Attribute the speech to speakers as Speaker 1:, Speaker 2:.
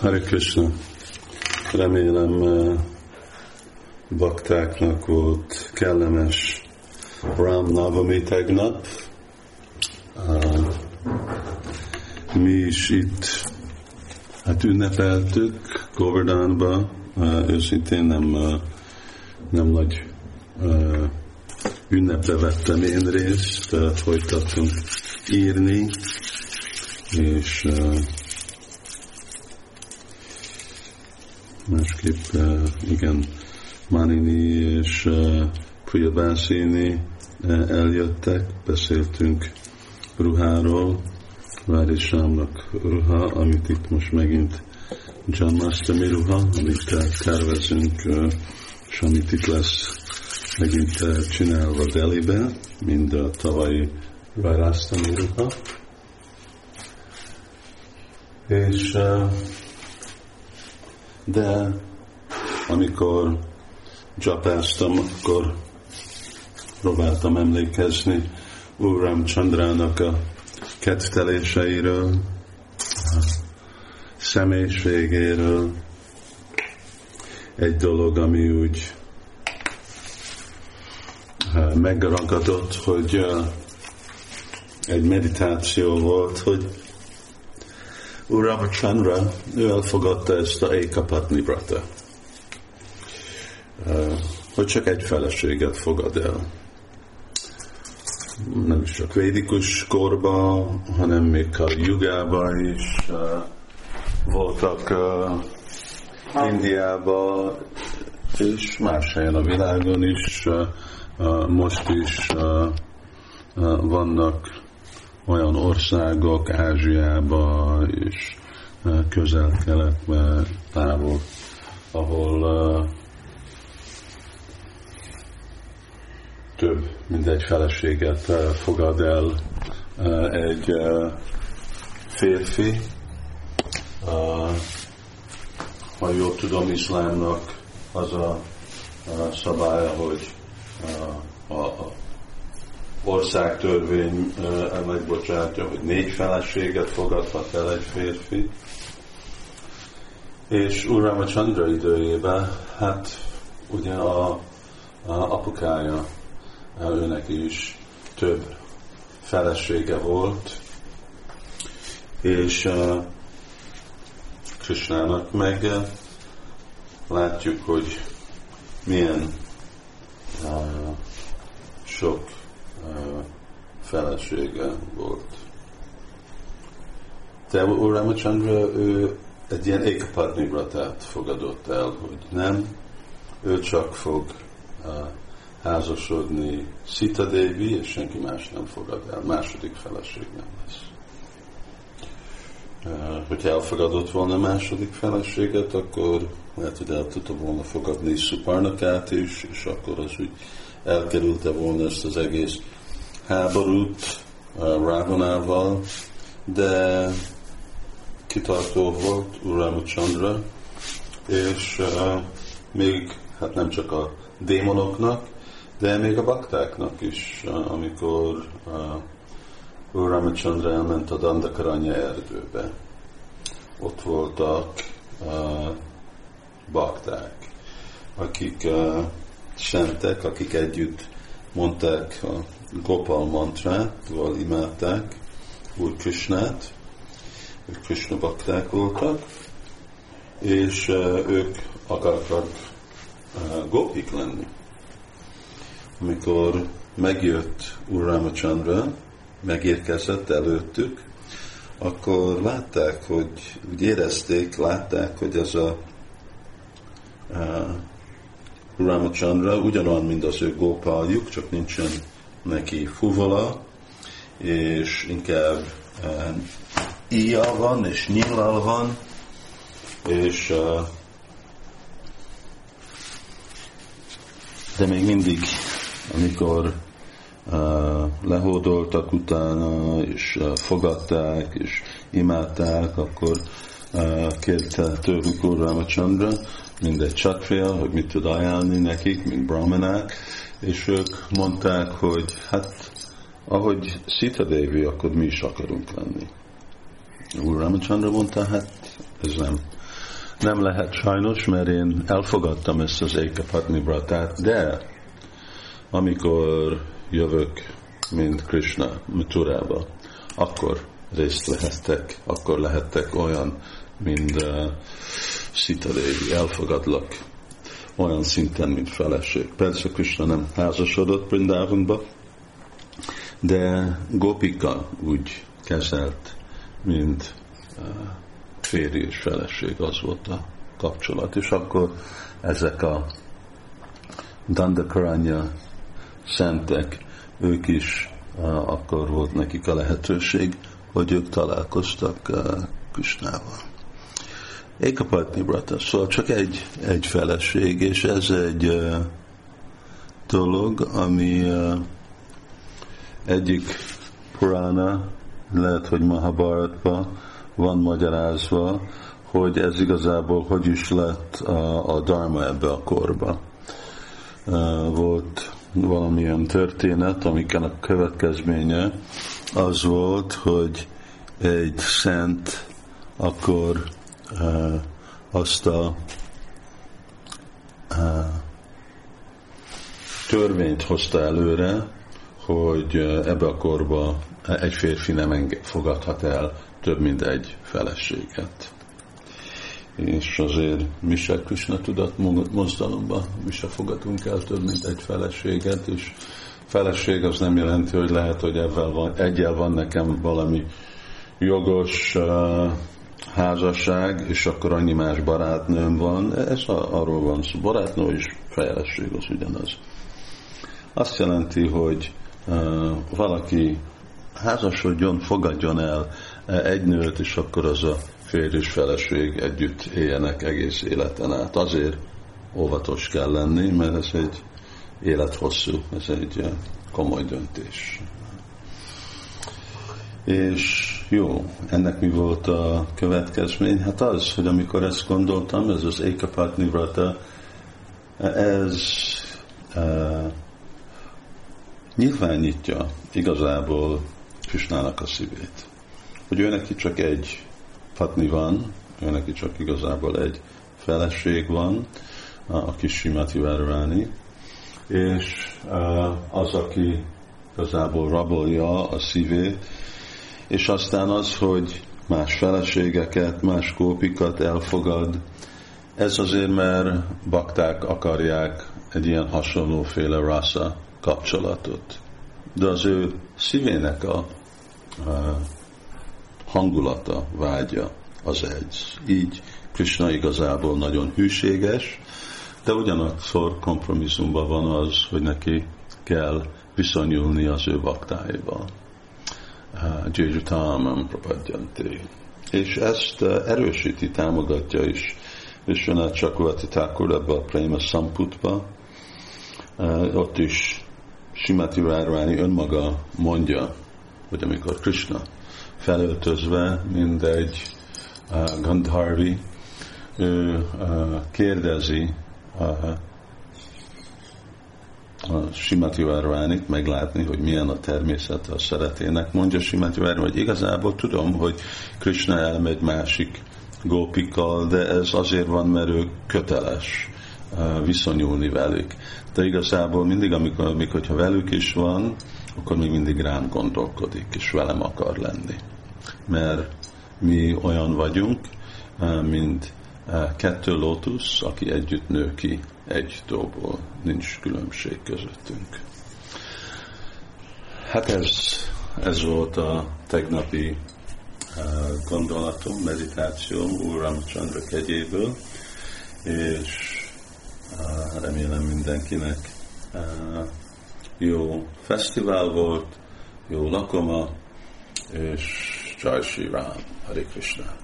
Speaker 1: Hare Krishna. Remélem baktáknak volt kellemes Ram Navami tegnap. Mi is itt ünnepeltük Govardhanba. Őszintén nem nagy ünnepre vettem én részt, folytattunk írni, és másképp igen, Manini és Priyabhasini eljöttek, beszéltünk ruháról, Várisámnak ruha, amit itt most megint Janmashtami ruha, amit tervezünk, és amit itt lesz megint csinálva Delhibe, mind a tavalyi Várasztami ruha. És de amikor japáztam, akkor próbáltam emlékezni Úr Ramchandrának a ketteléseiről, a személyiségéről. Egy dolog, ami úgy megragadott, hogy egy meditáció volt, hogy Úr Ramachandra, ő elfogadta ezt a Ekapatni Vrata, hogy csak egy feleséget fogad el. Nem is csak védikus korba, hanem még a jugában is voltak Indiában, és más helyen a világon is, most is vannak olyan országok Ázsiában és Közel-Keletben, távol, ahol több mint egy feleséget fogad el egy férfi. Ha jól tudom, iszlámnak az a szabálya, hogy a országtörvény megbocsátja, hogy 4 feleséget fogadhat el egy férfi. És Úr Ramachandra időjében, hát ugye a apukája, őnek is több felesége volt, és Krishnának meg látjuk, hogy milyen sok felesége volt. De Úr Ramachandra, ő egy ilyen Ekapatni Vratát fogadott el, hogy nem, ő csak fog házasodni Sita Devi, és senki más nem fogad el, második feleség nem lesz. Hogyha elfogadott volna második feleséget, akkor lehet, hogy el tudta volna fogadni Suparnakát is, és akkor az úgy elkerülte volna ezt az egész háborút Ravanával, de kitartó volt Úr Ramachandra, és még hát nem csak a démonoknak, de még a baktáknak is, amikor Úr Ramachandra elment a Dandakaranya erdőbe. Ott voltak bakták, akik sentek, akik együtt mondták a Gopal mantrát, vagy imádták Úr Krishnát, ők Krishna bakták voltak, és ők akartak gopik lenni. Amikor megjött Úr Ramachandra, megérkezett előttük, akkor látták, hogy úgy érezték, látták, hogy ez a Úr Ramachandra ugyanolyan, mint az ő gópaljuk, csak nincsen neki fuvola, és inkább íjjal van, és nyíllal van, és de még mindig, amikor lehódoltak utána, és fogadták, és imádták, akkor kérte tőlük Úr Ramachandra, mindegy csatriya, hogy mit tud ajánlni nekik, mint brahmanák, és ők mondták, hogy hát ahogy Sita Devi, akkor mi is akarunk lenni. Úr Ramachandra mondta, hát ez nem lehet sajnos, mert én elfogadtam ezt az Ekapatni Vratát, de amikor jövök, mint Krishna Mathurába, akkor részt vehettek, akkor lehettek olyan, mint Sita Devi, elfogadlak olyan szinten, mint feleség. Persze Krishna nem házasodott Vrindávonba, de Gopika úgy kezelt, mint férj és feleség, az volt a kapcsolat. És akkor ezek a Dandakaranya szentek, ők is akkor volt nekik a lehetőség, hogy ők találkoztak Krishnával. Ekapatni Vrata, szóval csak egy feleség, és ez egy dolog, ami egyik Purana, lehet, hogy Mahabharatban van magyarázva, hogy ez igazából hogy is lett a dharma ebbe a korba. Volt valamilyen történet, amiken a következménye az volt, hogy egy szent akkor azt a törvényt hozta előre, hogy ebbe a korba egy férfi nem fogadhat el több mint egy feleséget. És azért mi se Krishna tudat mozdalomban, mi se fogadunk el több mint egy feleséget, és feleség az nem jelenti, hogy lehet, hogy egyel van nekem valami jogos házasság, és akkor annyi más barátnőm van. Ez arról van szó. Barátnő és feleség az ugyanaz. Azt jelenti, hogy valaki házasodjon, fogadjon el egy nőt, és akkor az a férj és feleség együtt éljenek egész életen át. Azért óvatos kell lenni, mert ez egy élethosszú, ez egy komoly döntés. És jó, ennek mi volt a következmény? Hát az, hogy amikor ezt gondoltam, ez az Ekapatni Vrata, ez nyilvánítja igazából Krishnának a szívét. Hogy ő neki csak egy patni van, ő neki csak igazából egy feleség van, aki Srimati Radharani, és az, aki igazából rabolja a szívét, és aztán az, hogy más feleségeket, más gópikat elfogad, ez azért, mert bakták akarják egy ilyen hasonlóféle rasa kapcsolatot. De az ő szívének a hangulata, vágya az egy. Így Krishna igazából nagyon hűséges, de ugyanakkor kompromisszumban van az, hogy neki kell viszonyulni az ő baktáival. Jejutamam prapadjanti. És ezt erősíti, támogatja is Vishwanath Chakravarti Thakur ebbe a Prema Samputba. Ott is Srimati Radharani önmaga mondja, hogy amikor Krishna felöltözve, mint egy Gandharvi, ő kérdezi a Srimati Radharanit meglátni, hogy milyen a természete a szeretének. Mondja Srimati Radharani, hogy igazából tudom, hogy Krishna elmegy másik gópikkal, de ez azért van, mert ő köteles viszonyulni velük. De igazából mindig, amikor hogyha velük is van, akkor még mindig rám gondolkodik, és velem akar lenni. Mert mi olyan vagyunk, mint kettő lótusz, aki együtt nő ki egy tóból. Nincs különbség közöttünk. Hát ez volt a tegnapi gondolatom, meditációm Úr Ramachandra kegyéből, és remélem mindenkinek jó fesztivál volt, jó lakoma, és Jai Shri Ram, Hare Krishna.